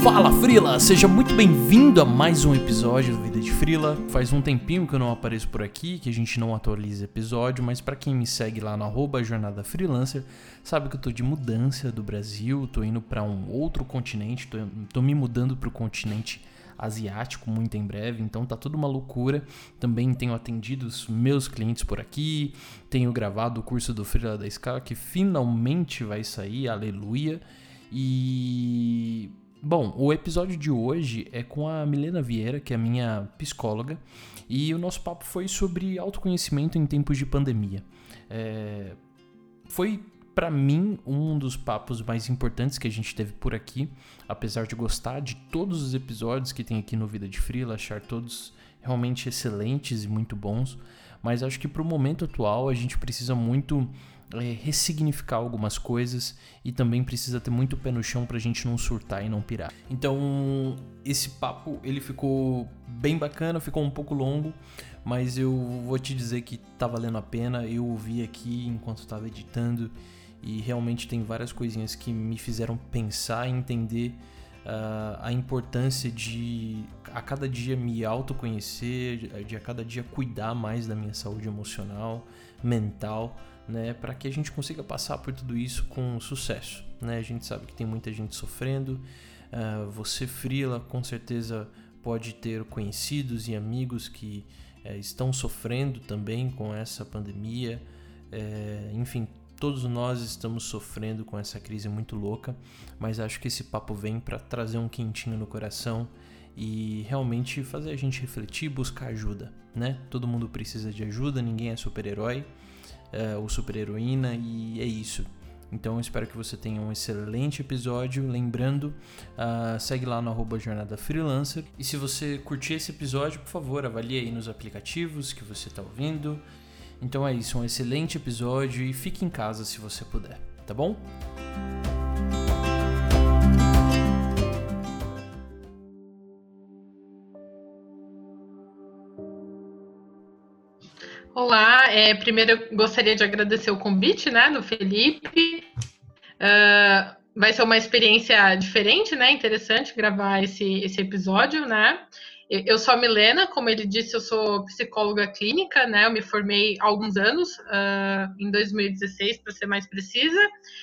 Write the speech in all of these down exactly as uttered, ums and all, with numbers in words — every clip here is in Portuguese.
Fala Frila, seja muito bem-vindo a mais um episódio do Vida de Frila. Faz um tempinho que eu não apareço por aqui, que a gente não atualiza episódio, mas pra quem me segue lá no arroba Jornada Freelancer, sabe que eu tô de mudança do Brasil, tô indo pra um outro continente, tô, tô me mudando pro continente asiático muito em breve, então tá tudo uma loucura. Também tenho atendido os meus clientes por aqui, tenho gravado o curso do Frila da Scala, que finalmente vai sair, aleluia. E... bom, o episódio de hoje é com a Milena Vieira, que é a minha psicóloga, e o nosso papo foi sobre autoconhecimento em tempos de pandemia. É... Foi, pra mim, um dos papos mais importantes que a gente teve por aqui, apesar de gostar de todos os episódios que tem aqui no Vida de Frila, achar todos realmente excelentes e muito bons, mas acho que pro momento atual a gente precisa muito... É, ressignificar algumas coisas e também precisa ter muito pé no chão pra gente não surtar e não pirar. Então esse papo ele ficou bem bacana, ficou um pouco longo, mas eu vou te dizer que tá valendo a pena. Eu ouvi aqui enquanto estava editando e realmente tem várias coisinhas que me fizeram pensar e entender uh, a importância de a cada dia me autoconhecer, de a cada dia cuidar mais da minha saúde emocional, mental, né, para que a gente consiga passar por tudo isso com sucesso, né? A gente sabe que tem muita gente sofrendo, uh, você frila com certeza pode ter conhecidos e amigos que uh, estão sofrendo também com essa pandemia, uh, enfim, todos nós estamos sofrendo com essa crise muito louca, mas acho que esse papo vem para trazer um quentinho no coração e realmente fazer a gente refletir, buscar ajuda, né? Todo mundo precisa de ajuda, ninguém é super-herói, Uh, ou super heroína, e é isso. Então eu espero que você tenha um excelente episódio. Lembrando, uh, segue lá no arroba Jornada Freelancer, e se você curtir esse episódio, por favor, avalie aí nos aplicativos que você está ouvindo. Então é isso, um excelente episódio e fique em casa se você puder, tá bom? Olá, é, primeiro eu gostaria de agradecer o convite, né, do Felipe. Uh, vai ser uma experiência diferente, né, interessante gravar esse, esse episódio, né. Eu sou a Milena, como ele disse, eu sou psicóloga clínica, né, eu me formei há alguns anos, uh, em dois mil e dezesseis, para ser mais precisa,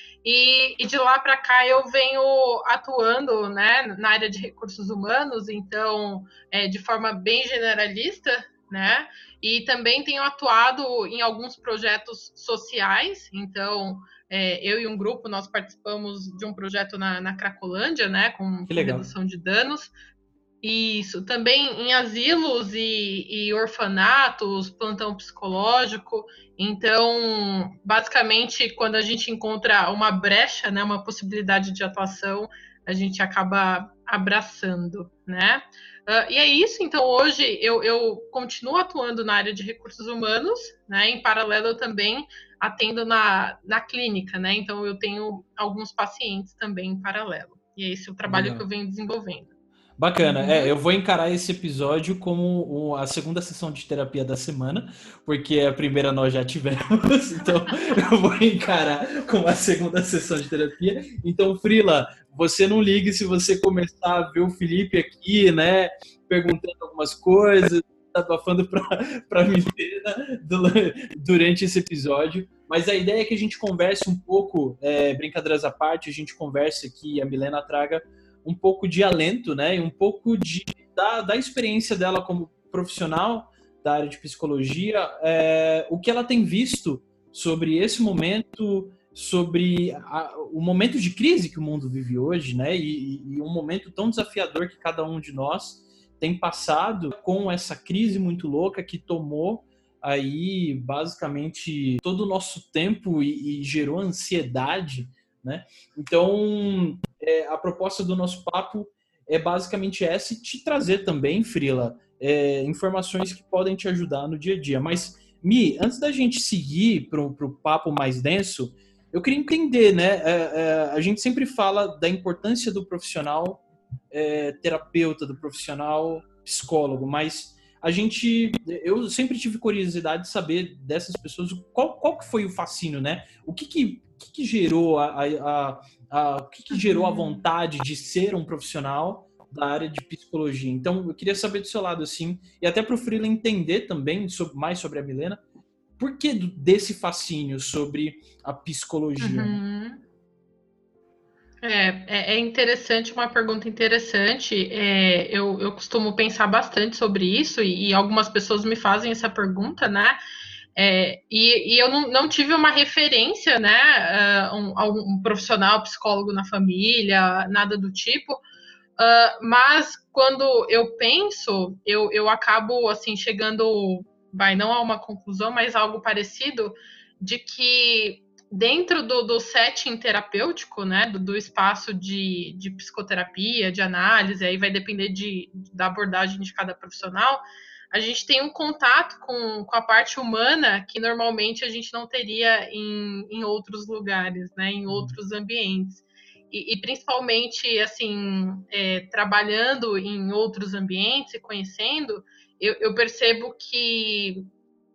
e, e de lá para cá eu venho atuando, né, na área de recursos humanos, então, é, de forma bem generalista, né? E também tenho atuado em alguns projetos sociais. Então, é, eu e um grupo, nós participamos de um projeto na, na Cracolândia, né? Com, com redução de danos. Isso, também em asilos e, e orfanatos, plantão psicológico. Então, basicamente, quando a gente encontra uma brecha, né, uma possibilidade de atuação, a gente acaba abraçando, né? Uh, e é isso, então hoje eu, eu continuo atuando na área de recursos humanos, né? Em paralelo eu também atendo na, na clínica, né? Então eu tenho alguns pacientes também em paralelo. E é esse o trabalho Legal. Que eu venho desenvolvendo. Bacana, uhum. é, eu vou encarar esse episódio como a segunda sessão de terapia da semana, porque a primeira nós já tivemos, então eu vou encarar como a segunda sessão de terapia. Então, Frila, você não ligue se você começar a ver o Felipe aqui, né, perguntando algumas coisas, abafando para a Milena durante esse episódio. Mas a ideia é que a gente converse um pouco, é, brincadeiras à parte, a gente converse aqui e a Milena traga um pouco de alento, né, e um pouco de, da, da experiência dela como profissional da área de psicologia, é, o que ela tem visto sobre esse momento, sobre a, o momento de crise que o mundo vive hoje, né, e, e um momento tão desafiador que cada um de nós tem passado com essa crise muito louca que tomou aí basicamente todo o nosso tempo e, e gerou ansiedade, né? Então, é, a proposta do nosso papo é basicamente essa, e te trazer também, Frila, é, informações que podem te ajudar no dia a dia. Mas, Mi, antes da gente seguir para o papo mais denso, eu queria entender, né? É, é, a gente sempre fala da importância do profissional é, terapeuta, do profissional psicólogo, mas a gente, eu sempre tive curiosidade de saber dessas pessoas qual, qual que foi o fascínio, né? O que que que, que gerou a, a, a, a o que, que gerou a vontade de ser um profissional da área de psicologia? Então, eu queria saber do seu lado, assim, e até para o Freela entender também sobre, mais sobre a Milena, por que desse fascínio sobre a psicologia? Uhum. É, é interessante, uma pergunta interessante. É, eu, eu costumo pensar bastante sobre isso e, e algumas pessoas me fazem essa pergunta, né? É, e, e eu não, não tive uma referência, né? Uh, um, um profissional, psicólogo na família, nada do tipo. Uh, mas quando eu penso, eu, eu acabo assim chegando, vai, não a uma conclusão, mas algo parecido, de que dentro do, do setting terapêutico, né, do, do espaço de, de psicoterapia, de análise, aí vai depender de, da abordagem de cada profissional, a gente tem um contato com, com a parte humana que normalmente a gente não teria em, em outros lugares, né, em outros ambientes. E, e principalmente, assim, é, trabalhando em outros ambientes e conhecendo, eu, eu percebo que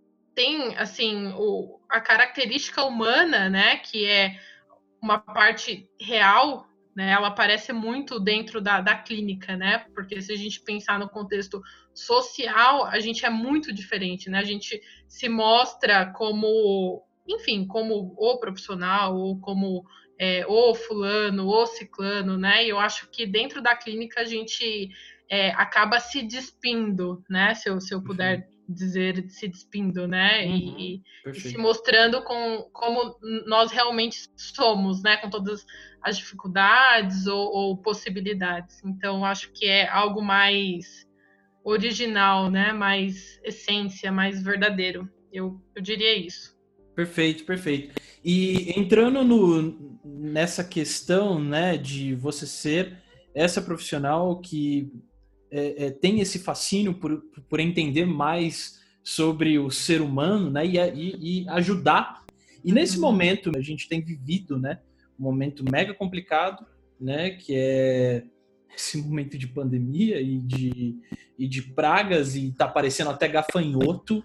tem, assim, o, a característica humana, né, que é uma parte real, né, ela aparece muito dentro da, da clínica, né, porque se a gente pensar no contexto social, a gente é muito diferente, né, a gente se mostra como, enfim, como o profissional, ou como é, o fulano, o ciclano, né, e eu acho que dentro da clínica a gente é, acaba se despindo, né, se eu, se eu puder dizer se despindo, né, Uhum, e, e se perfeito. mostrando com, como nós realmente somos, né, com todas as dificuldades ou, ou possibilidades. Então, acho que é algo mais original, né, mais essência, mais verdadeiro. Eu, eu diria isso. Perfeito, perfeito. E entrando no, nessa questão, né, de você ser essa profissional que é, é, tem esse fascínio por, por entender mais sobre o ser humano, né, e, e, e ajudar. E nesse Uhum. momento a gente tem vivido, né, um momento mega complicado, né, que é esse momento de pandemia e de, e de pragas, e tá aparecendo até gafanhoto.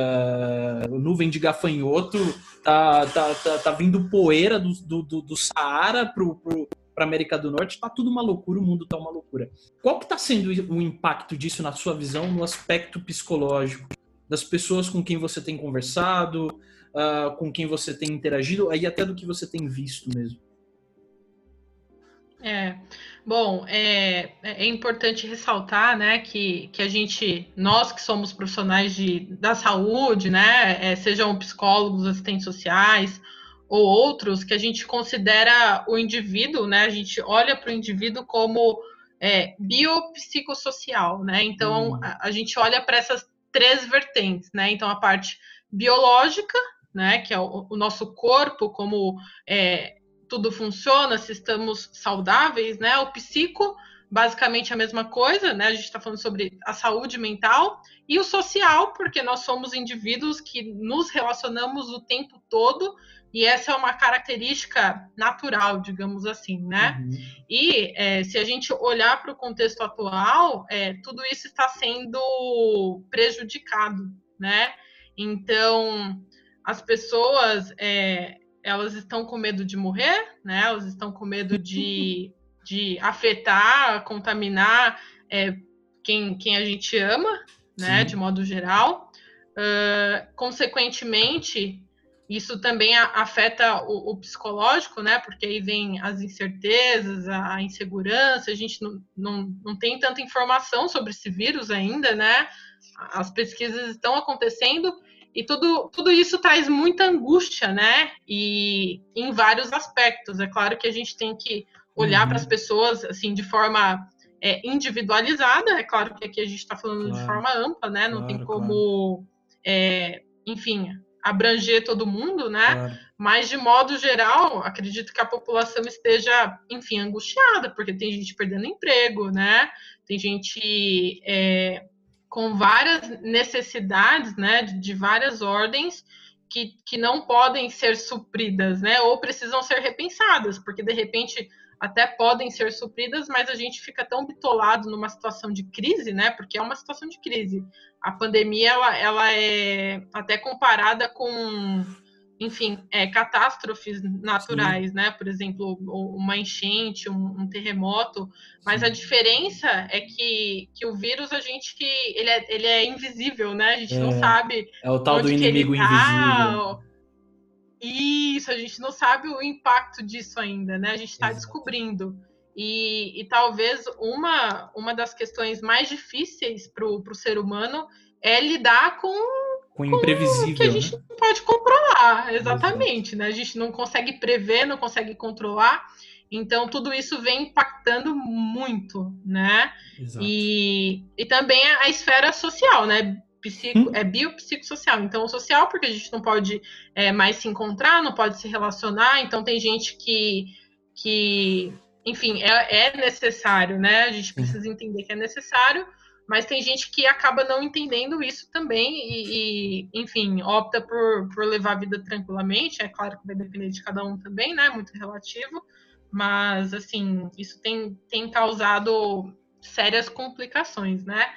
Uh, nuvem de gafanhoto, tá, tá, tá, tá vindo poeira do, do, do Saara pro, pro, pra América do Norte, tá tudo uma loucura, o mundo tá uma loucura. Qual que tá sendo o impacto disso na sua visão, no aspecto psicológico, das pessoas com quem você tem conversado, uh, com quem você tem interagido, aí até do que você tem visto mesmo? É, bom, é, é importante ressaltar, né, que, que a gente, nós que somos profissionais de, da saúde, né, é, sejam psicólogos, assistentes sociais ou outros, que a gente considera o indivíduo, né, a gente olha para o indivíduo como é, biopsicossocial, né, então Hum. a, a gente olha para essas três vertentes, né, então a parte biológica, né, que é o, o nosso corpo como é, tudo funciona, se estamos saudáveis, né? O psico, basicamente a mesma coisa, né? A gente está falando sobre a saúde mental e o social, porque nós somos indivíduos que nos relacionamos o tempo todo e essa é uma característica natural, digamos assim, né? Uhum. E é, se a gente olhar para o contexto atual, é, tudo isso está sendo prejudicado, né? Então, as pessoas é, elas estão com medo de morrer, né? Elas estão com medo de, de afetar, contaminar é, quem, quem a gente ama, né? Sim. De modo geral. Uh, consequentemente, isso também afeta o, o, psicológico, né? Porque aí vem as incertezas, a insegurança, a gente não, não, não tem tanta informação sobre esse vírus ainda, né? As pesquisas estão acontecendo e tudo, tudo isso traz muita angústia, né? E em vários aspectos. É claro que a gente tem que olhar Uhum. para as pessoas assim de forma é, individualizada. É claro que aqui a gente está falando Claro, de forma ampla, né? Não claro, tem claro. como, é, enfim, abranger todo mundo, né? Claro. Mas de modo geral, acredito que a população esteja, enfim, angustiada, porque tem gente perdendo emprego, né? Tem gente é, com várias necessidades, né, de, de várias ordens que, que não podem ser supridas, né, ou precisam ser repensadas, porque de repente até podem ser supridas, mas a gente fica tão bitolado numa situação de crise, né, porque é uma situação de crise. A pandemia, ela, ela é até comparada com enfim, é, catástrofes naturais, Sim. né? Por exemplo, uma enchente, um, um terremoto. Mas Sim. a diferença é que, que o vírus, a gente, ele é, ele é invisível, né? A gente é, não sabe é o tal onde do inimigo que ele tá. invisível. Isso, a gente não sabe o impacto disso ainda, né? A gente está descobrindo. E, e talvez uma, uma das questões mais difíceis para o ser humano é lidar com com o imprevisível, que a gente né? não pode controlar, exatamente, Exato. né? A gente não consegue prever, não consegue controlar, então tudo isso vem impactando muito, né? Exato. E, e também a esfera social, né? Psico, hum. É biopsicossocial. Então, o social, porque a gente não pode é, mais se encontrar, não pode se relacionar, então tem gente que, que enfim, é, é necessário, né? A gente precisa Sim. entender que é necessário, mas tem gente que acaba não entendendo isso também e, e, enfim, opta por, por levar a vida tranquilamente. É claro que vai depender de cada um também, né? Muito relativo. Mas, assim, isso tem, tem causado sérias complicações, né?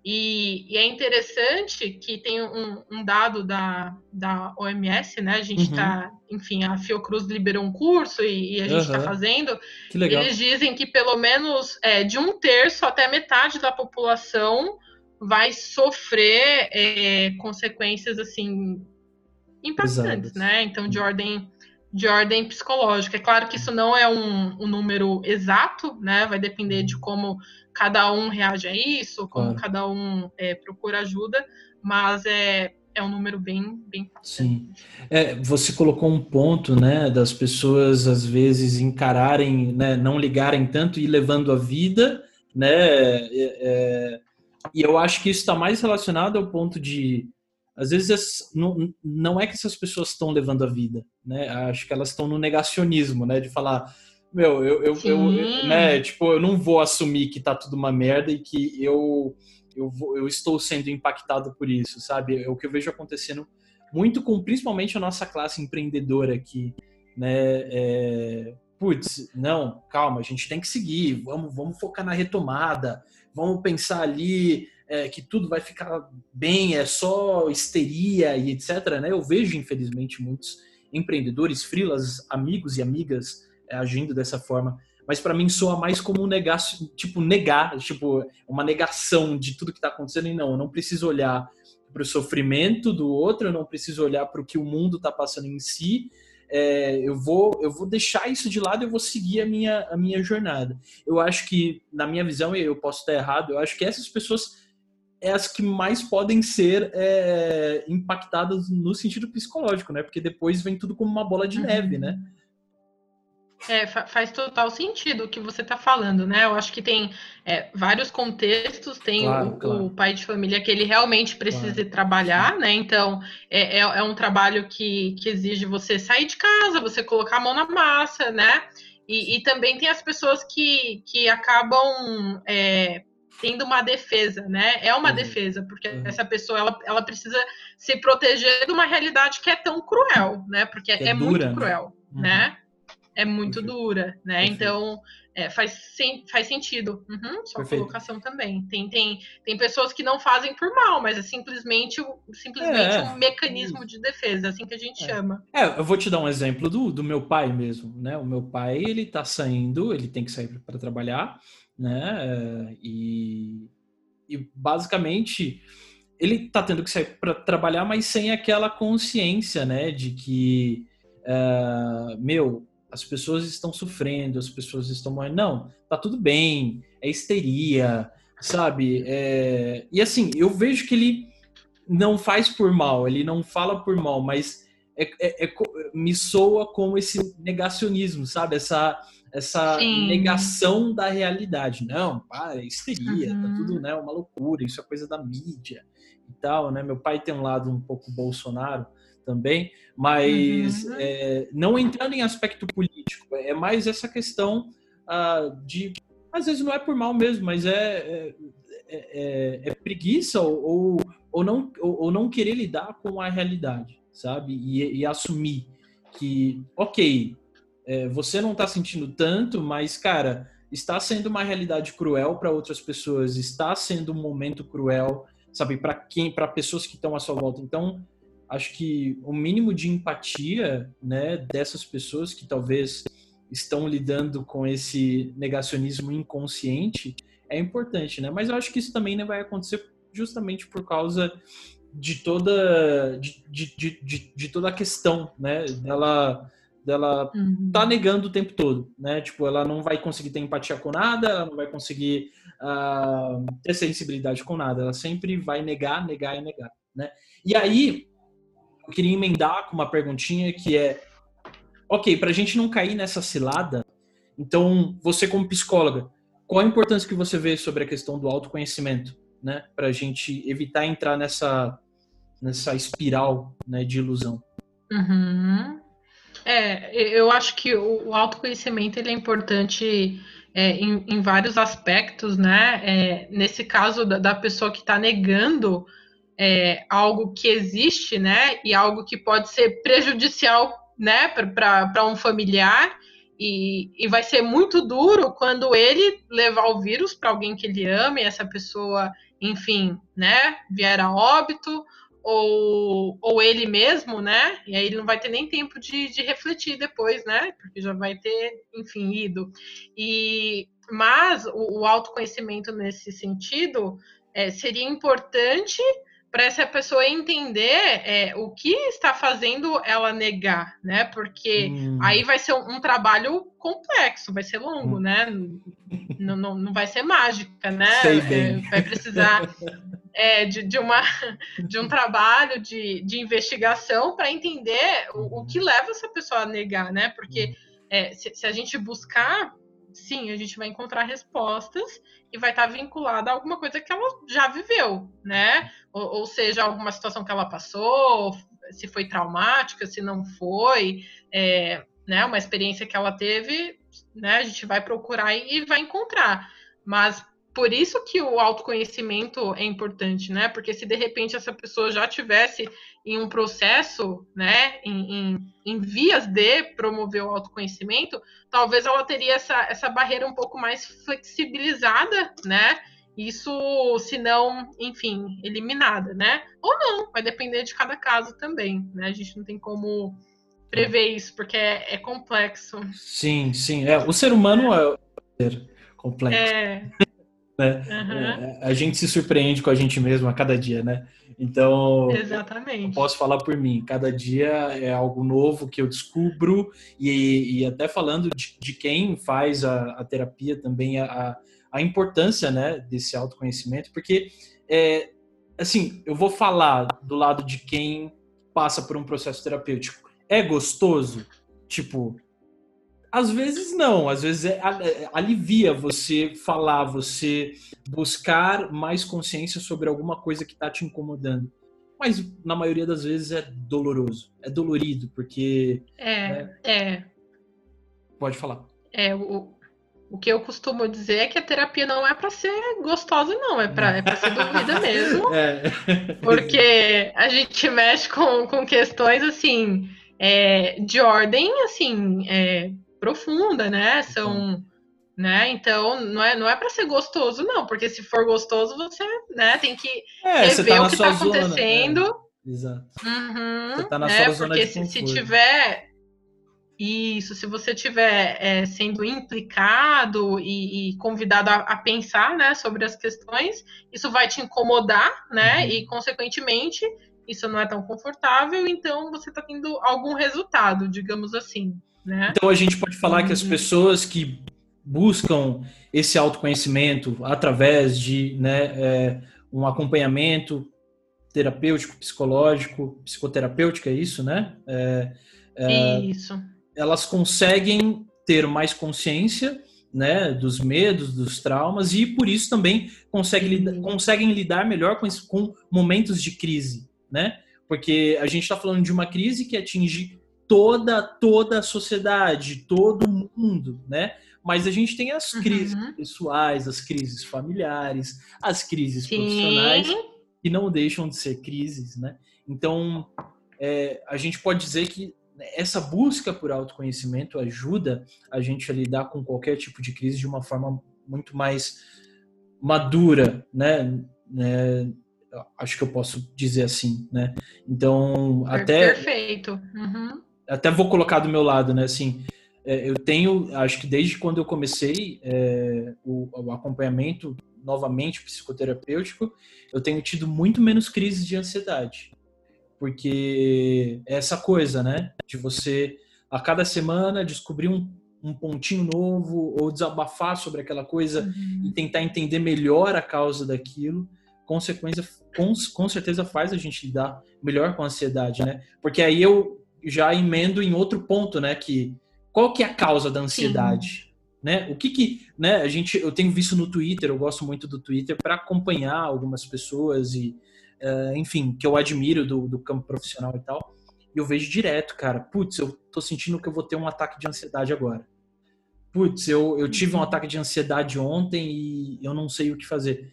E, e é interessante que tem um, um dado da, da O M S, né? A gente está, uhum. enfim, a Fiocruz liberou um curso e, e a gente está uhum. fazendo. Que legal. Eles dizem que pelo menos é, de um terço até metade da população vai sofrer é, consequências assim impactantes, Pesadas. né? Então, de ordem de ordem psicológica. É claro que isso não é um, um número exato, né? Vai depender de como cada um reage a isso, como claro. cada um é, procura ajuda, mas é, é um número bem, bem impactante. Sim. É, você colocou um ponto, né, das pessoas às vezes encararem, né, não ligarem tanto e ir levando a vida, né, é, é, e eu acho que isso está mais relacionado ao ponto de às vezes não, não é que essas pessoas estão levando a vida, né? Acho que elas estão no negacionismo, né? De falar, meu, eu, eu, eu, eu, né? Tipo, eu não vou assumir que tá tudo uma merda e que eu, eu, vou, eu estou sendo impactado por isso, sabe? É o que eu vejo acontecendo muito com, principalmente, a nossa classe empreendedora aqui, né? É, putz, não, calma, a gente tem que seguir, vamos, vamos focar na retomada, vamos pensar ali... É, que tudo vai ficar bem, é só histeria e etcétera. Né? Eu vejo, infelizmente, muitos empreendedores, freelas, amigos e amigas é, agindo dessa forma, mas para mim soa mais como um negação, tipo, negar, tipo, uma negação de tudo que está acontecendo, e não, eu não preciso olhar para o sofrimento do outro, eu não preciso olhar para o que o mundo está passando em si, é, eu, vou, eu vou deixar isso de lado e eu vou seguir a minha, a minha jornada. Eu acho que, na minha visão, e eu posso estar errado, eu acho que essas pessoas é as que mais podem ser é, impactadas no sentido psicológico, né? Porque depois vem tudo como uma bola de uhum. neve, né? É, faz total sentido o que você está falando, né? Eu acho que tem é, vários contextos, tem claro, o, claro. o pai de família que ele realmente precisa claro. trabalhar, Sim. né? Então, é, é, é um trabalho que, que exige você sair de casa, você colocar a mão na massa, né? E, e também tem as pessoas que, que acabam... É, tendo uma defesa, né? É uma uhum. defesa, porque uhum. essa pessoa ela, ela precisa se proteger de uma realidade que é tão cruel, né? Porque é, é dura, muito cruel, uhum. né? É muito Perfeito. dura, né? Perfeito. Então é, faz, sim, faz sentido. Uhum, sua Perfeito. colocação também. Tem, tem, tem pessoas que não fazem por mal, mas é simplesmente, simplesmente é, um mecanismo de defesa, assim que a gente é. chama. É, eu vou te dar um exemplo do, do meu pai mesmo, né? O meu pai, ele tá saindo, ele tem que sair para trabalhar, né? E, e basicamente ele tá tendo que sair para trabalhar, mas sem aquela consciência, né? De que, uh, meu, as pessoas estão sofrendo, as pessoas estão morrendo. Não, tá tudo bem, é histeria, sabe? É... E assim, eu vejo que ele não faz por mal, ele não fala por mal, mas é, é, é, me soa como esse negacionismo, sabe? Essa, essa negação da realidade. Não, para, é histeria, uhum. tá tudo, né, uma loucura, isso é coisa da mídia e tal, né? Meu pai tem um lado um pouco Bolsonaro também, mas uhum. é, não entrando em aspecto político, é mais essa questão uh, de, às vezes não é por mal mesmo, mas é, é, é, é preguiça ou, ou, não, ou, ou não querer lidar com a realidade, sabe? E, e assumir que, ok, é, você não está sentindo tanto, mas, cara, está sendo uma realidade cruel para outras pessoas, está sendo um momento cruel, sabe? Para quem, para pessoas que estão à sua volta. Então, acho que o mínimo de empatia, né, dessas pessoas que talvez estão lidando com esse negacionismo inconsciente é importante, né? Mas eu acho que isso também não vai acontecer justamente por causa de toda de, de, de, de, de toda a questão, né? Dela dela Uhum. tá negando o tempo todo, né? Tipo, ela não vai conseguir ter empatia com nada, ela não vai conseguir uh, ter sensibilidade com nada, ela sempre vai negar, negar e negar, né? E aí eu queria emendar com uma perguntinha que é, ok, pra gente não cair nessa cilada, então você como psicóloga, qual a importância que você vê sobre a questão do autoconhecimento, né? Pra gente evitar entrar nessa, nessa espiral, né, de ilusão. Uhum. É, eu acho que o autoconhecimento ele é importante é, em, em vários aspectos, né? É, nesse caso da, da pessoa que está negando é, algo que existe, né? E algo que pode ser prejudicial, né? Para um familiar e, e vai ser muito duro quando ele levar o vírus para alguém que ele ama e essa pessoa, enfim, né? Vier a óbito. Ou, ou ele mesmo, né? E aí ele não vai ter nem tempo de, de refletir depois, né? Porque já vai ter, enfim, ido. E, mas o, o autoconhecimento nesse sentido é, seria importante para essa pessoa entender é, o que está fazendo ela negar, né? Porque hum. aí vai ser um, um trabalho complexo, vai ser longo, hum. né? Não, não, não vai ser mágica, né? Sei bem. É, vai precisar é, de, de, uma, de um trabalho de, de investigação para entender o, o que leva essa pessoa a negar, né? Porque é, se, se a gente buscar, sim, a gente vai encontrar respostas e vai estar vinculada a alguma coisa que ela já viveu, né? Ou, ou seja, alguma situação que ela passou, se foi traumática, se não foi, é, né? Uma experiência que ela teve, né? A gente vai procurar e vai encontrar. Mas por isso que o autoconhecimento é importante, né? Porque se de repente essa pessoa já tivesse em um processo, né, em, em, em vias de promover o autoconhecimento, talvez ela teria essa, essa barreira um pouco mais flexibilizada, né? Isso, se não, enfim, eliminada, né? Ou não, vai depender de cada caso também, né? A gente não tem como prever isso, porque é, é complexo. Sim, sim. É, o ser humano é, é ser complexo. É. Né? Uhum. A gente se surpreende com a gente mesmo a cada dia, né? Então, exatamente. Eu posso falar por mim. Cada dia é algo novo que eu descubro e, e até falando de, de quem faz a, a terapia também, a, a importância, né, desse autoconhecimento, porque, é, assim, eu vou falar do lado de quem passa por um processo terapêutico. É gostoso? Tipo... Às vezes não, às vezes é, alivia você falar, você buscar mais consciência sobre alguma coisa que está te incomodando. Mas na maioria das vezes é doloroso, é dolorido, porque... É, né? é. Pode falar. É, o, o que eu costumo dizer é que a terapia não é para ser gostosa, não, é para é para ser doída mesmo. É. Porque a gente mexe com, com questões, assim, é, de ordem, assim... É, profunda, né? São, né? Então não é não é para ser gostoso, não, porque se for gostoso você, né? Tem que é, rever tá o que está acontecendo. É, exato. Uhum, você tá na né? sua zona porque de se, se conforto. tiver isso, se você tiver é, sendo implicado e, e convidado a, a pensar, né, sobre as questões, isso vai te incomodar, né? Uhum. E consequentemente isso não é tão confortável, então você está tendo algum resultado, digamos assim. Né? Então a gente pode falar uhum. que as pessoas que buscam esse autoconhecimento através de, né, é, um acompanhamento terapêutico, psicológico, psicoterapêutico, é isso, né? É, é, isso. Elas conseguem ter mais consciência, né, dos medos, dos traumas e por isso também conseguem, lidar, conseguem lidar melhor com, com momentos de crise, né? Porque a gente está falando de uma crise que atinge toda, toda a sociedade, todo mundo, né? Mas a gente tem as crises uhum. pessoais, as crises familiares, as crises Sim. profissionais, que não deixam de ser crises, né? Então, é, a gente pode dizer que essa busca por autoconhecimento ajuda a gente a lidar com qualquer tipo de crise de uma forma muito mais madura, né? né? acho que eu posso dizer assim, né? Então, Per- até, Perfeito. Uhum. até vou colocar do meu lado, né? Assim, é, eu tenho, acho que desde quando eu comecei é, o, o acompanhamento novamente psicoterapêutico, eu tenho tido muito menos crises de ansiedade. Porque é essa coisa, né? De você, a cada semana, descobrir um, um pontinho novo ou desabafar sobre aquela coisa Uhum. e tentar entender melhor a causa daquilo, consequência, com, com certeza faz a gente lidar melhor com a ansiedade, né? Porque aí eu já emendo em outro ponto, né? Que qual que é a causa da Sim. ansiedade? Né? O que que, né? A gente, eu tenho visto no Twitter, eu gosto muito do Twitter para acompanhar algumas pessoas e Uh, enfim, que eu admiro do, do campo profissional e tal, e eu vejo direto, cara, putz, eu tô sentindo que eu vou ter um ataque de ansiedade agora. Putz, eu, eu tive um ataque de ansiedade ontem e eu não sei o que fazer.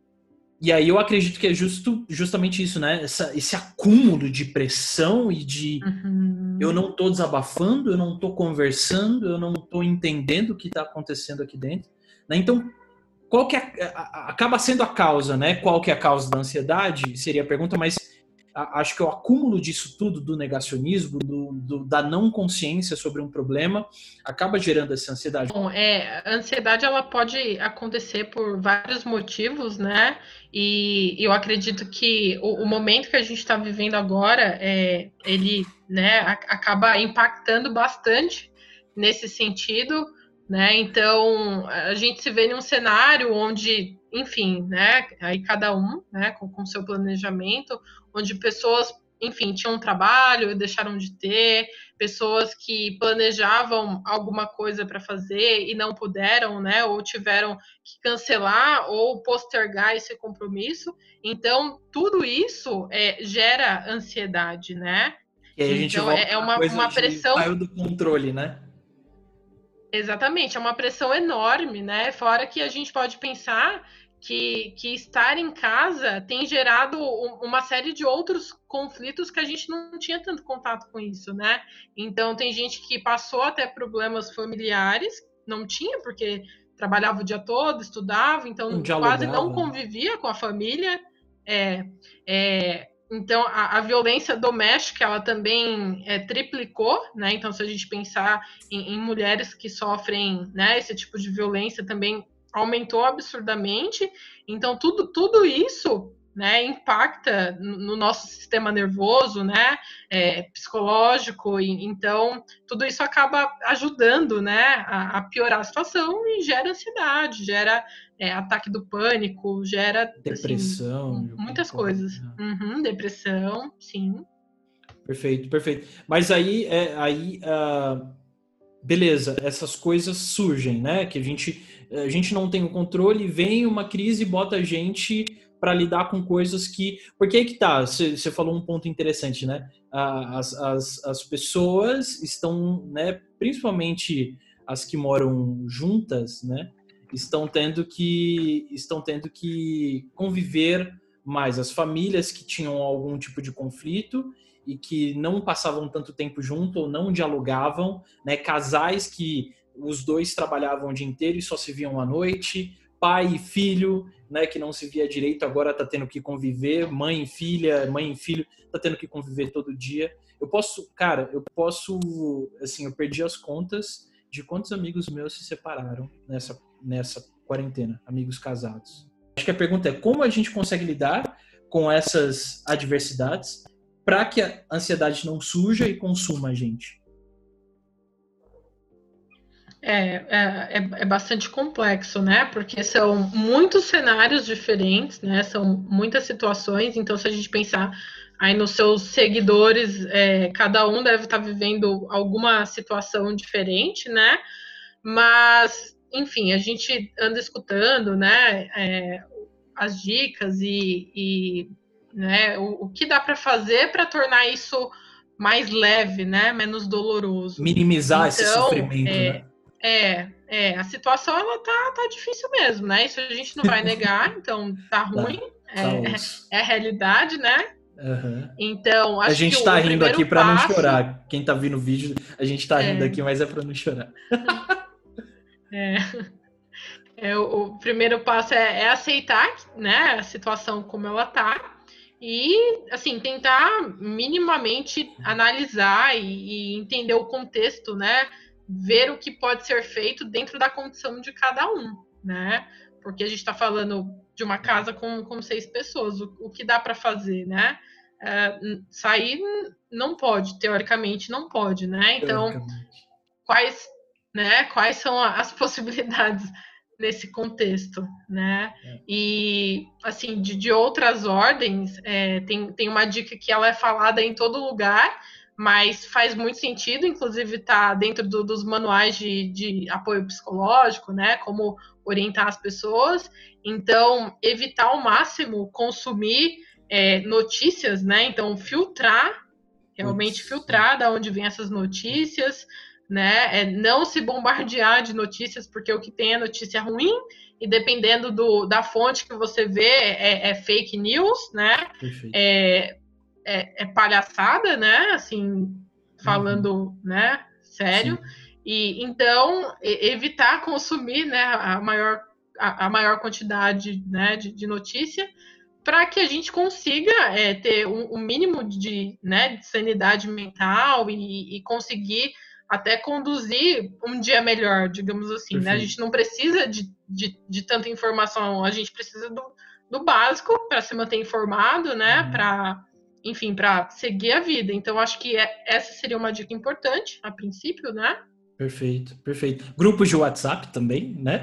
E aí eu acredito que é justo, justamente isso, né? Essa, esse acúmulo de pressão e de Uhum. eu não tô desabafando, eu não tô conversando, eu não tô entendendo o que tá acontecendo aqui dentro, né? Então, qual que é, acaba sendo a causa, né? Qual que é a causa da ansiedade? Seria a pergunta, mas a, acho que o acúmulo disso tudo, do negacionismo, do, do, da não consciência sobre um problema, acaba gerando essa ansiedade. Bom, é, a ansiedade ela pode acontecer por vários motivos, né? E eu acredito que o, o momento que a gente está vivendo agora, é, ele, né, a, acaba impactando bastante nesse sentido, né? Então a gente se vê num cenário onde, enfim, né? Aí cada um, né, com o seu planejamento, onde pessoas, enfim, tinham um trabalho, deixaram de ter, pessoas que planejavam alguma coisa para fazer e não puderam, né? Ou tiveram que cancelar ou postergar esse compromisso. Então, tudo isso é, gera ansiedade, né? E aí a gente Então, volta é, é na uma, coisa uma de pressão. saiu do controle, né? Exatamente, é uma pressão enorme, né? Fora que a gente pode pensar que, que estar em casa tem gerado uma série de outros conflitos que a gente não tinha tanto contato com isso, né? Então, tem gente que passou até problemas familiares, não tinha, porque trabalhava o dia todo, estudava, Não então quase não dialogava, né? convivia com a família. É, é, então, a, a violência doméstica, ela também é, triplicou, né? Então, se a gente pensar em, em mulheres que sofrem, né, esse tipo de violência, também aumentou absurdamente. Então, tudo, tudo isso, né, impacta no, no nosso sistema nervoso, né, é, psicológico. E, então, tudo isso acaba ajudando, né, a, a piorar a situação e gera ansiedade, gera é, ataque do pânico, gera, assim, Depressão, eu muitas concordo. coisas. Uhum, depressão, sim. Perfeito, perfeito. Mas aí, é, aí uh, beleza, essas coisas surgem, né? Que a gente, a gente não tem o controle, vem uma crise e bota a gente para lidar com coisas que. Porque aí que tá, você falou um ponto interessante, né? As, as, as pessoas estão, né, principalmente as que moram juntas, né? Estão tendo que estão tendo que conviver mais. As famílias que tinham algum tipo de conflito e que não passavam tanto tempo junto ou não dialogavam, né? Casais que os dois trabalhavam o dia inteiro e só se viam à noite, pai e filho, né, que não se via direito, agora está tendo que conviver, mãe e filha, mãe e filho, está tendo que conviver todo dia. Eu posso, cara, eu posso, assim, eu perdi as contas de quantos amigos meus se separaram nessa, nessa quarentena, amigos casados. Acho que a pergunta é como a gente consegue lidar com essas adversidades para que a ansiedade não surja e consuma a gente. É, é, é bastante complexo, né? Porque são muitos cenários diferentes, né? São muitas situações. Então, se a gente pensar aí nos seus seguidores, é, cada um deve estar vivendo alguma situação diferente, né? Mas, enfim, a gente anda escutando, né? É, as dicas e, e né, o, o que dá para fazer para tornar isso mais leve, né? Menos doloroso. Minimizar esse Então, sofrimento, é, né? é, é, a situação ela tá, tá difícil mesmo, né? Isso a gente não vai negar, então tá ruim, Tá, tá é, osso. é a realidade, né? Uhum. Então, A acho que gente o, tá o rindo aqui primeiro para não passo chorar. Quem tá vendo o vídeo, a gente tá rindo é, aqui, mas é para não chorar. é, é o, o primeiro passo é, é aceitar, né, a situação como ela tá. e, assim, tentar minimamente analisar e, e entender o contexto, né? Ver o que pode ser feito dentro da condição de cada um, né? Porque a gente está falando de uma casa com, com seis pessoas, o, o que dá para fazer, né? É, sair não pode, teoricamente não pode, né? Então, quais, né, quais são as possibilidades nesse contexto, né? É. E, assim, de, de outras ordens, é, tem, tem uma dica que ela é falada em todo lugar, mas faz muito sentido, inclusive está dentro do, dos manuais de, de apoio psicológico, né? Como orientar as pessoas. Então, evitar ao máximo consumir é, notícias, né? Então, filtrar, realmente Ups. filtrar da onde vem essas notícias, né? É não se bombardear de notícias, porque o que tem é notícia ruim, e dependendo do, da fonte que você vê, é, é fake news, né? É, é, é palhaçada, né? Assim, falando, uhum. né? Sério. Sim. E então evitar consumir, né? A maior, a, a maior quantidade, né? de, de notícia, para que a gente consiga é, ter um, um mínimo de, né, de sanidade mental e, e conseguir até conduzir um dia melhor, digamos assim, né? A gente não precisa de, de, de tanta informação, a gente precisa do, do básico para se manter informado, né? Uhum. Para, enfim, para seguir a vida. Então, acho que é, essa seria uma dica importante, a princípio, né? Perfeito, perfeito. Grupos de WhatsApp também, né?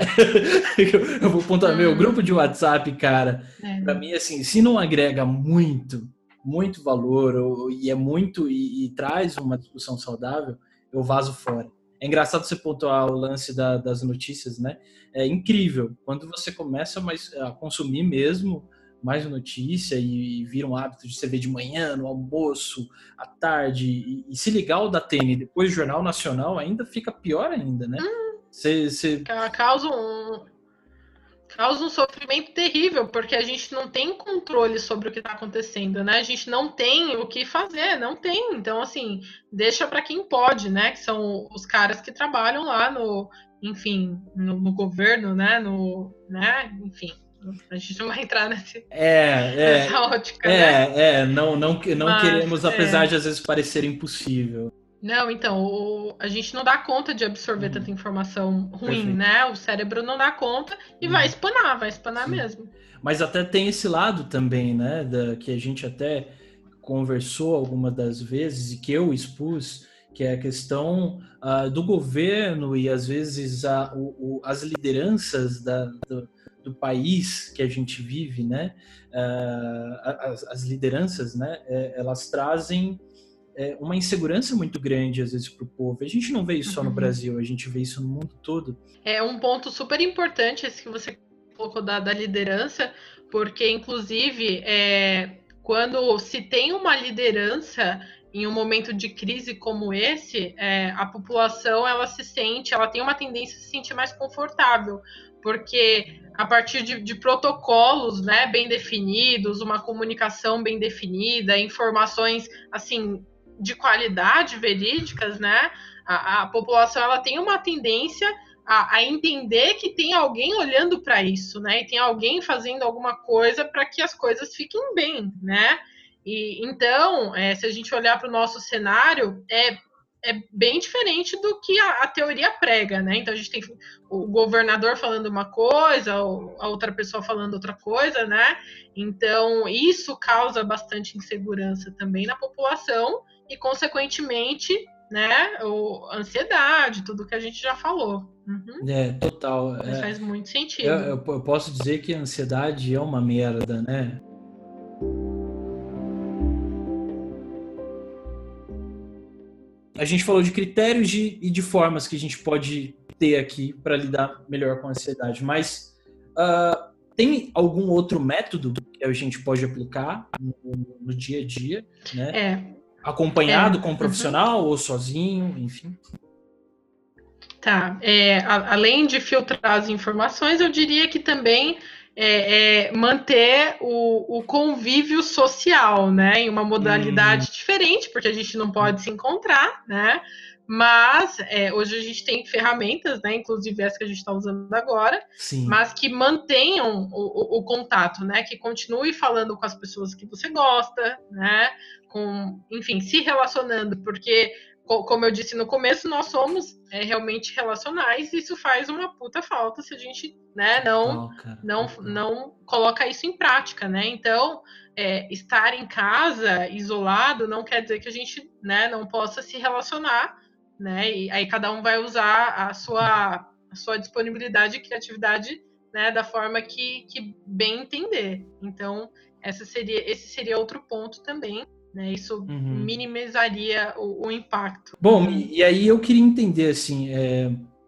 Eu vou pontuar hum. meu grupo de WhatsApp, cara. É. Para mim, assim, se não agrega muito, muito valor ou, e é muito e, e traz uma discussão saudável, eu vazo fora. É engraçado você pontuar o lance da, das notícias, né? É incrível quando você começa mais a consumir mesmo mais notícia e, e vira um hábito de você ver de manhã, no almoço, à tarde, e, e se ligar ao da T N depois do Jornal Nacional, ainda fica pior ainda, né? Hum, cê, cê... Causa, um, causa um sofrimento terrível, porque a gente não tem controle sobre o que está acontecendo, né? A gente não tem o que fazer, não tem. Então, assim, deixa para quem pode, né? Que são os caras que trabalham lá no, enfim, no, no governo, né? No, né? Enfim. A gente não vai entrar nesse, é, é, nessa ótica, é, né? É, não, não, não Mas, queremos, apesar é. de às vezes parecer impossível. Não, então, o, a gente não dá conta de absorver uhum. tanta informação ruim, Perfeito. né? O cérebro não dá conta e uhum. vai espanar, vai espanar Sim. mesmo. Mas até tem esse lado também, né? Da, que a gente até conversou algumas das vezes e que eu expus, que é a questão uh, do governo e às vezes a, o, o, as lideranças da, do, do país que a gente vive, né? Uh, as, as lideranças, né? É, elas trazem é, uma insegurança muito grande às vezes para o povo. A gente não vê isso uhum. só no Brasil, a gente vê isso no mundo todo. É um ponto super importante esse que você colocou da, da liderança, porque inclusive é, quando se tem uma liderança em um momento de crise como esse, é, a população ela se sente, ela tem uma tendência a se sentir mais confortável, porque a partir de, de protocolos, né, bem definidos, uma comunicação bem definida, informações assim de qualidade, verídicas, né, a, a população ela tem uma tendência a, a entender que tem alguém olhando para isso, né, e tem alguém fazendo alguma coisa para que as coisas fiquem bem, né. E então, é, se a gente olhar para o nosso cenário, é é bem diferente do que a, a teoria prega, né? Então a gente tem o governador falando uma coisa, a outra pessoa falando outra coisa, né? Então isso causa bastante insegurança também na população e, consequentemente, né, o, ansiedade, tudo que a gente já falou. Uhum. É, total. Mas é, faz muito sentido. Eu, eu, eu posso dizer que a ansiedade é uma merda, né? A gente falou de critérios de, e de formas que a gente pode ter aqui para lidar melhor com a ansiedade, mas uh, tem algum outro método que a gente pode aplicar no, no dia a dia, né? É. Acompanhado é. com um profissional uhum. ou sozinho, enfim? Tá. É, a, além de filtrar as informações, eu diria que também é, é manter o, o convívio social, né? Em uma modalidade hum. diferente, porque a gente não pode se encontrar, né? mas é, hoje a gente tem ferramentas, né, inclusive essa que a gente está usando agora, Sim. mas que mantenham o, o, o contato, né, que continue falando com as pessoas que você gosta, né, com, enfim, se relacionando, porque, como eu disse no começo, nós somos é, realmente relacionais e isso faz uma puta falta se a gente, né, não, Total, cara, não, total. não coloca isso em prática, né? Então, é, estar em casa, isolado, não quer dizer que a gente, né, não possa se relacionar, né? E aí cada um vai usar a sua, a sua disponibilidade e criatividade, né, da forma que, que bem entender. Então, essa seria, esse seria outro ponto também. Né, isso Uhum. minimizaria o, o impacto. Bom, e, e aí eu queria entender, assim, é,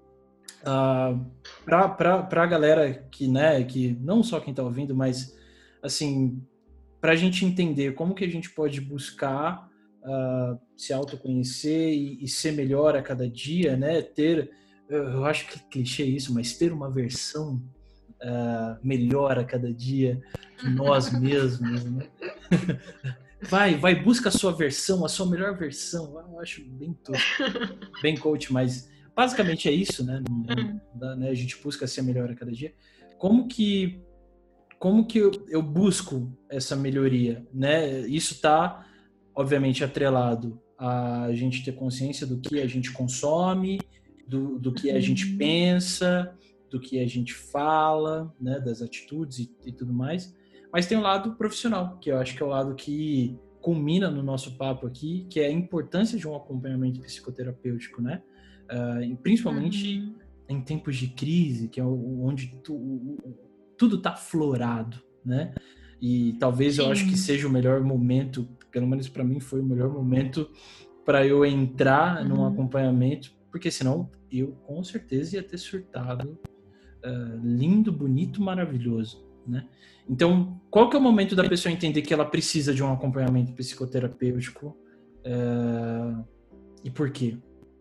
uh, para a galera que, né, que não só quem está ouvindo, mas, assim, para a gente entender como que a gente pode buscar uh, se autoconhecer e, e ser melhor a cada dia, né, ter, eu, eu acho que é clichê isso, mas ter uma versão uh, melhor a cada dia de nós mesmos, né? Vai, vai, busca a sua versão, a sua melhor versão. Eu acho bem tosco, bem coach, mas basicamente é isso, né? Não, não, né? A gente busca ser melhor a cada dia. Como que, como que eu, eu busco essa melhoria, né? Isso está, obviamente, atrelado a gente ter consciência do que a gente consome, do, do que a gente pensa, do que a gente fala, né? Das atitudes e, e tudo mais. Mas tem um lado profissional, que eu acho que é o lado que culmina no nosso papo aqui, que é a importância de um acompanhamento psicoterapêutico, né? Uh, principalmente uhum. em tempos de crise, que é onde tu, tudo está florado, né? E talvez Sim. eu acho que seja o melhor momento, pelo menos para mim foi o melhor momento para eu entrar uhum. num acompanhamento, porque senão eu com certeza ia ter surtado uh, lindo, bonito, maravilhoso. Né? Então, qual que é o momento da pessoa entender que ela precisa de um acompanhamento psicoterapêutico é... e por quê?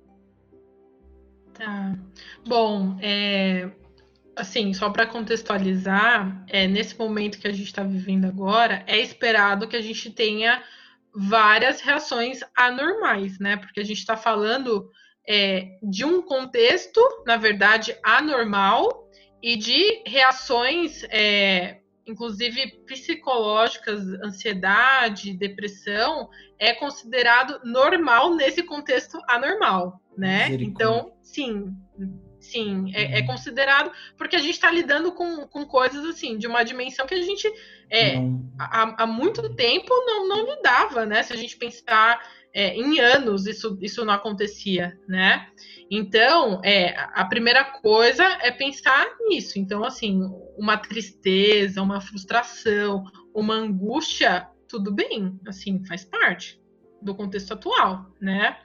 Tá. Bom, é... assim, só para contextualizar, é, nesse momento que a gente está vivendo agora, é esperado que a gente tenha várias reações anormais, né? Porque a gente está falando é, de um contexto, na verdade, anormal, e de reações, é, inclusive psicológicas, ansiedade, depressão, é considerado normal nesse contexto anormal, né? Então, sim, sim, é, é considerado, porque a gente está lidando com, com coisas assim, de uma dimensão que a gente é, há, há muito tempo não, não lidava, né? Se a gente pensar é, em anos, isso, isso não acontecia, né? Então, é, a primeira coisa é pensar nisso. Então, assim, uma tristeza, uma frustração, uma angústia, tudo bem, assim, faz parte do contexto atual, né?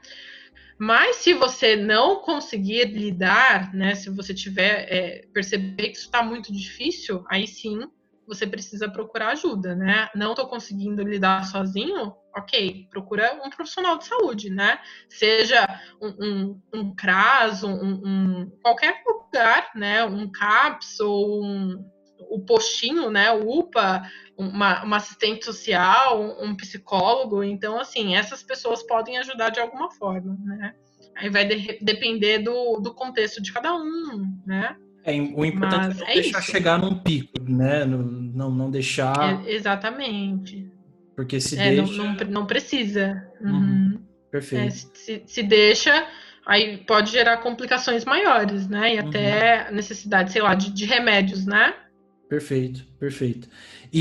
Mas se você não conseguir lidar, né, se você tiver, é, perceber que isso está muito difícil, aí sim, você precisa procurar ajuda, né? Não estou conseguindo lidar sozinho, ok, procura um profissional de saúde, né? Seja um, um, um CRAS, um, um, qualquer lugar, né? Um CAPS ou um, o postinho, né? O UPA, uma, uma assistente social, um, um psicólogo. Então, assim, essas pessoas podem ajudar de alguma forma, né? Aí vai de, depender do, do contexto de cada um, né? É, o importante Mas é não é deixar isso. chegar num pico, né? Não, não deixar... É, exatamente. Porque se é, deixa... Não, não, não precisa. Uhum. Uhum. Perfeito. É, se, se deixa, aí pode gerar complicações maiores, né? E uhum. até necessidade, sei lá, de, de remédios, né? Perfeito, perfeito.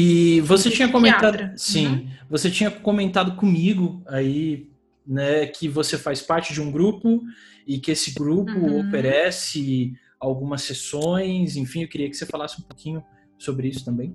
E você tinha comentado... Sim, uhum. você tinha comentado comigo aí, né, que você faz parte de um grupo e que esse grupo uhum. oferece... algumas sessões, enfim, eu queria que você falasse um pouquinho sobre isso também.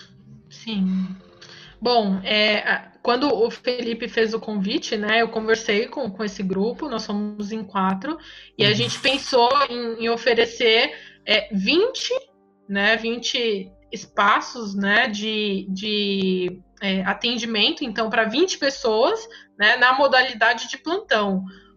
Sim. Bom, é, quando o Felipe fez o convite, né, eu conversei com, com esse grupo, nós somos em quatro, e a gente pensou em, em oferecer é, vinte, né, vinte espaços, né, de, de é, atendimento, então, para vinte pessoas, né, na modalidade de plantão.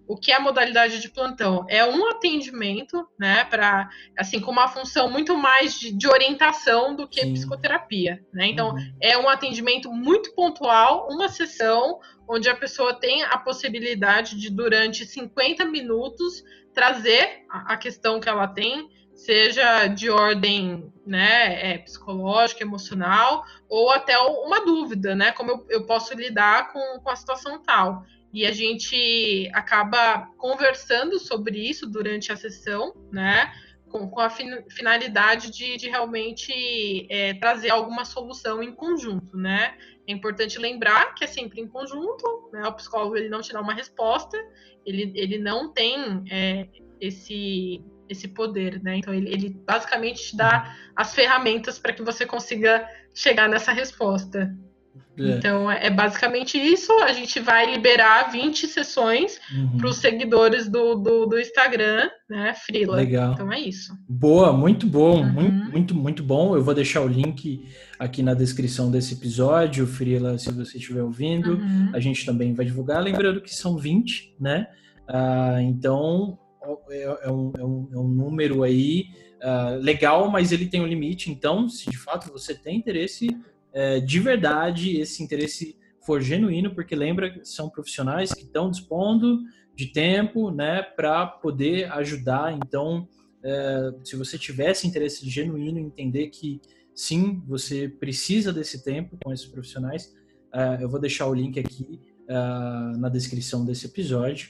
o que é a modalidade de plantão? É um atendimento, né, para, assim, com uma função muito mais de, de orientação do que Sim. psicoterapia, né? Então, Uhum. é um atendimento muito pontual, uma sessão onde a pessoa tem a possibilidade de, durante cinquenta minutos, trazer a, a questão que ela tem, seja de ordem, né, é, psicológica, emocional, ou até uma dúvida, né, como eu, eu posso lidar com, com a situação tal. E a gente acaba conversando sobre isso durante a sessão, né? Com, com a fin, finalidade de, de realmente é, trazer alguma solução em conjunto, né? É importante lembrar que é sempre em conjunto, né? O psicólogo ele não te dá uma resposta, ele, ele não tem é, esse, esse poder, né? Então ele, ele basicamente te dá as ferramentas para que você consiga chegar nessa resposta. É. Então, é basicamente isso. A gente vai liberar vinte sessões uhum. para os seguidores do, do, do Instagram, né, Frila. Legal. Então, é isso. Boa, muito bom, uhum. muito, muito, muito bom. Eu vou deixar o link aqui na descrição desse episódio, Frila, se você estiver ouvindo. Uhum. A gente também vai divulgar. Lembrando que são vinte, né? Ah, então, é, é, um, é, um, é um número aí uh, legal, mas ele tem um limite. Então, se de fato você tem interesse... É, de verdade, esse interesse for genuíno, porque lembra, são profissionais que estão dispondo de tempo, né, para poder ajudar. Então, é, se você tivesse interesse genuíno em entender que sim, você precisa desse tempo com esses profissionais, é, eu vou deixar o link aqui é, na descrição desse episódio.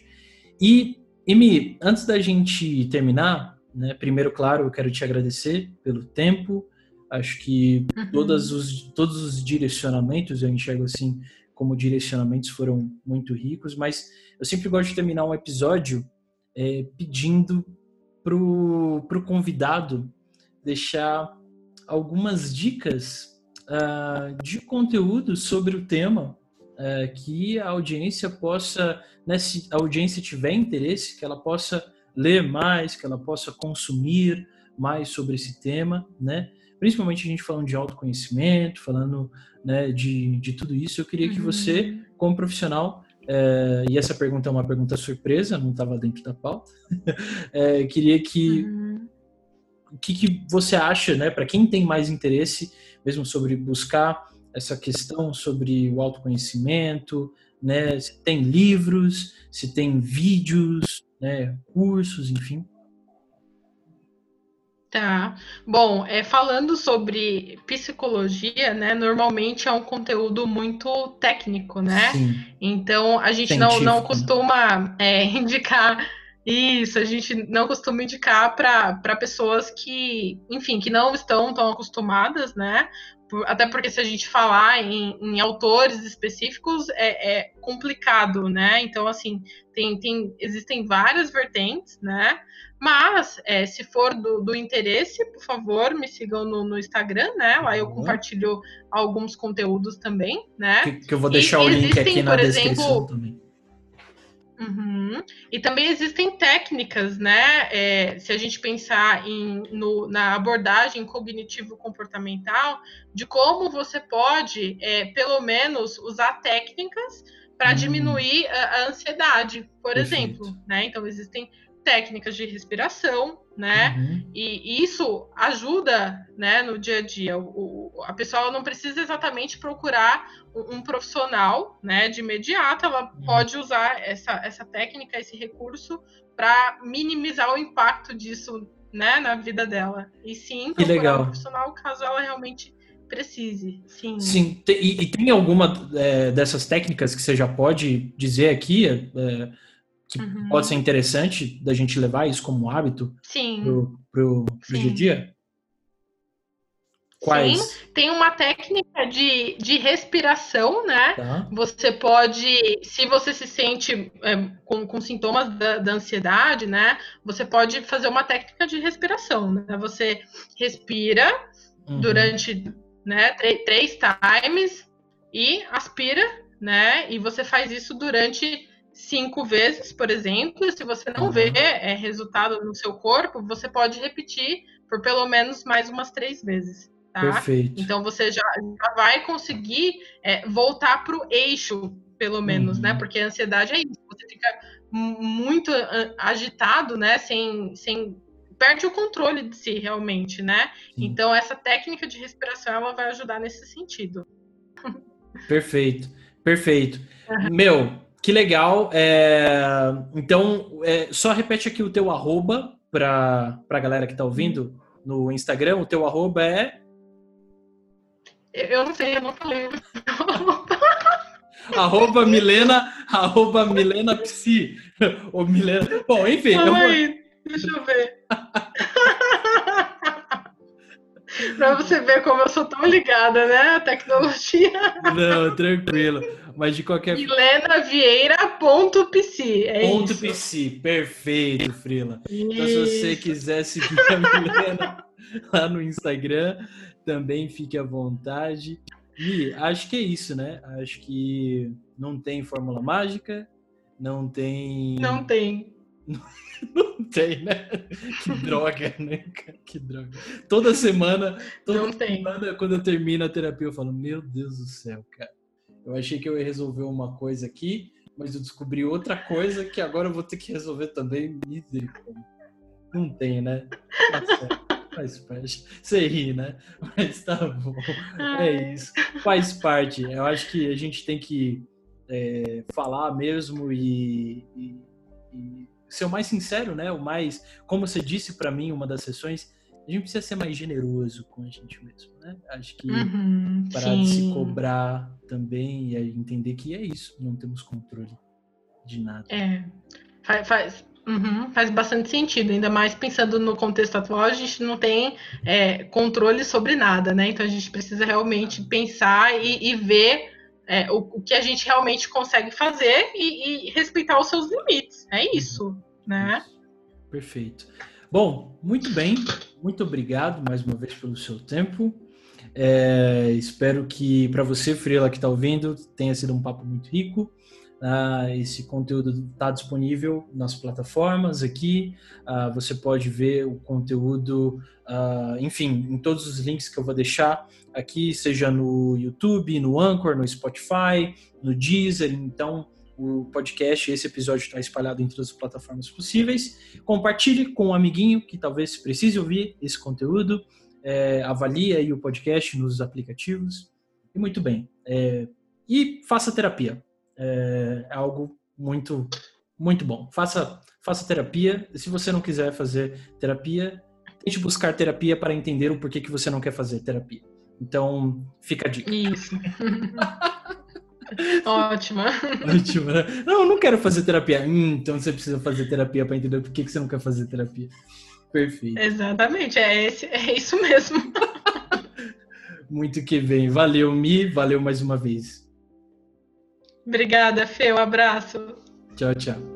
E, Emi, antes da gente terminar, né, primeiro, claro, eu quero te agradecer pelo tempo. Acho que uhum. todos, os, todos os direcionamentos, eu enxergo assim, como direcionamentos foram muito ricos, mas eu sempre gosto de terminar um episódio é, pedindo pro, pro convidado deixar algumas dicas uh, de conteúdo sobre o tema, uh, que a audiência possa, né, se a audiência tiver interesse, que ela possa ler mais, que ela possa consumir mais sobre esse tema, né? Principalmente a gente falando de autoconhecimento, falando, né, de, de tudo isso. Eu queria que você, como profissional, é, e essa pergunta é uma pergunta surpresa, não estava dentro da pauta, é, queria que uhum. o que, que você acha, né, para quem tem mais interesse mesmo sobre buscar essa questão sobre o autoconhecimento, né, se tem livros, se tem vídeos, né, cursos, enfim. Tá. Bom, é, falando sobre psicologia, né, normalmente é um conteúdo muito técnico, né? Sim. Então, a gente não, não costuma é, indicar isso, a gente não costuma indicar para pessoas que, enfim, que não estão tão acostumadas, né? Até porque se a gente falar em, em autores específicos, é, é complicado, né? Então, assim, tem, tem, existem várias vertentes, né? Mas, é, se for do, do interesse, por favor, me sigam no, no Instagram, né? Lá eu compartilho alguns conteúdos também, né? Que, que eu vou deixar e o link existem, aqui na descrição exemplo, também. Uhum. E também existem técnicas, né? É, se a gente pensar em, no, na abordagem cognitivo-comportamental, de como você pode, é, pelo menos, usar técnicas para hum. diminuir a, a ansiedade, por Perfeito. exemplo, né? Então, existem técnicas de respiração, né? Uhum. E, e isso ajuda, né, no dia a dia. O, o, a pessoa não precisa exatamente procurar um, um profissional, né, de imediato. Ela uhum. pode usar essa, essa técnica, esse recurso, para minimizar o impacto disso, né, na vida dela. E sim, procurar legal. um profissional caso ela realmente precise. Sim. Sim. E, e tem alguma é, dessas técnicas que você já pode dizer aqui? É, que uhum. pode ser interessante da gente levar isso como hábito Sim. pro, pro, pro dia a dia? Quais? Sim, tem uma técnica de, de respiração, né? Tá. Você pode, se você se sente é, com, com sintomas da, da ansiedade, né? Você pode fazer uma técnica de respiração, né? Você respira uhum. durante né, três, três times e aspira, né? E você faz isso durante cinco vezes, por exemplo. Se você não uhum. vê é, resultado no seu corpo, você pode repetir por pelo menos mais umas três vezes. Tá? Perfeito. Então você já, já vai conseguir é, voltar para o eixo, pelo menos, uhum. né? Porque a ansiedade é isso. Você fica muito agitado, né? Sem, sem perde o controle de si realmente, né? Sim. Então essa técnica de respiração ela vai ajudar nesse sentido. Perfeito, perfeito. Uhum. Meu, que legal. É... Então, é... só repete aqui o teu arroba para a galera que está ouvindo no Instagram. O teu arroba é... Eu não sei, eu não falei. arroba Milena, arroba Milena Psi. Ou Milena... Bom, enfim. Calma eu vou... aí, deixa eu ver. Pra você ver como eu sou tão ligada, né? A tecnologia. Não, tranquilo. Mas de qualquer forma. Milena Vieira ponto psi. É ponto isso. psi. Perfeito, Frila. Isso. Então, se você quiser seguir a Milena lá no Instagram, também fique à vontade. E acho que é isso, né? Acho que não tem fórmula mágica, não tem. Não tem. Não tem, né? Que droga, né? Que droga. Toda semana, toda não tem. semana, quando eu termino a terapia, eu falo, meu Deus do céu, cara. Eu achei que eu ia resolver uma coisa aqui, mas eu descobri outra coisa que agora eu vou ter que resolver também. Misericórdia. Não tem, né? Tá certo. Faz parte. Você ri, né? Mas tá bom. É isso. Faz parte. Eu acho que a gente tem que é, falar mesmo e, e, e ser o mais sincero, né? O mais, como você disse para mim, uma das sessões, a gente precisa ser mais generoso com a gente mesmo, né? Acho que uhum, parar sim. de se cobrar também e entender que é isso, não temos controle de nada. É, faz, faz, uhum, faz bastante sentido, ainda mais pensando no contexto atual, a gente não tem é, controle sobre nada, né? Então a gente precisa realmente pensar e, e ver É, o, o que a gente realmente consegue fazer e, e respeitar os seus limites. É isso, uhum. né? Isso. Perfeito. Bom, muito bem. Muito obrigado mais uma vez pelo seu tempo. É, espero que para você, Frila, que está ouvindo, tenha sido um papo muito rico. Uh, esse conteúdo está disponível nas plataformas aqui. Uh, você pode ver o conteúdo, uh, enfim, em todos os links que eu vou deixar aqui, seja no YouTube, no Anchor, no Spotify, no Deezer. Então, o podcast, esse episódio está espalhado em todas as plataformas possíveis. Compartilhe com um amiguinho que talvez precise ouvir esse conteúdo. É, avalie aí o podcast nos aplicativos. E muito bem. É, e faça terapia. É algo muito, muito bom. Faça, faça terapia. Se você não quiser fazer terapia, tente buscar terapia para entender o porquê que você não quer fazer terapia. Então, fica a dica. Isso. Ótima. Ótima, né? Não, eu não quero fazer terapia. Hum, então você precisa fazer terapia para entender por que que você não quer fazer terapia. Perfeito. Exatamente, é, esse, é isso mesmo. Muito que bem. Valeu, Mi. Valeu mais uma vez. Obrigada, Fê. Um abraço. Tchau, tchau.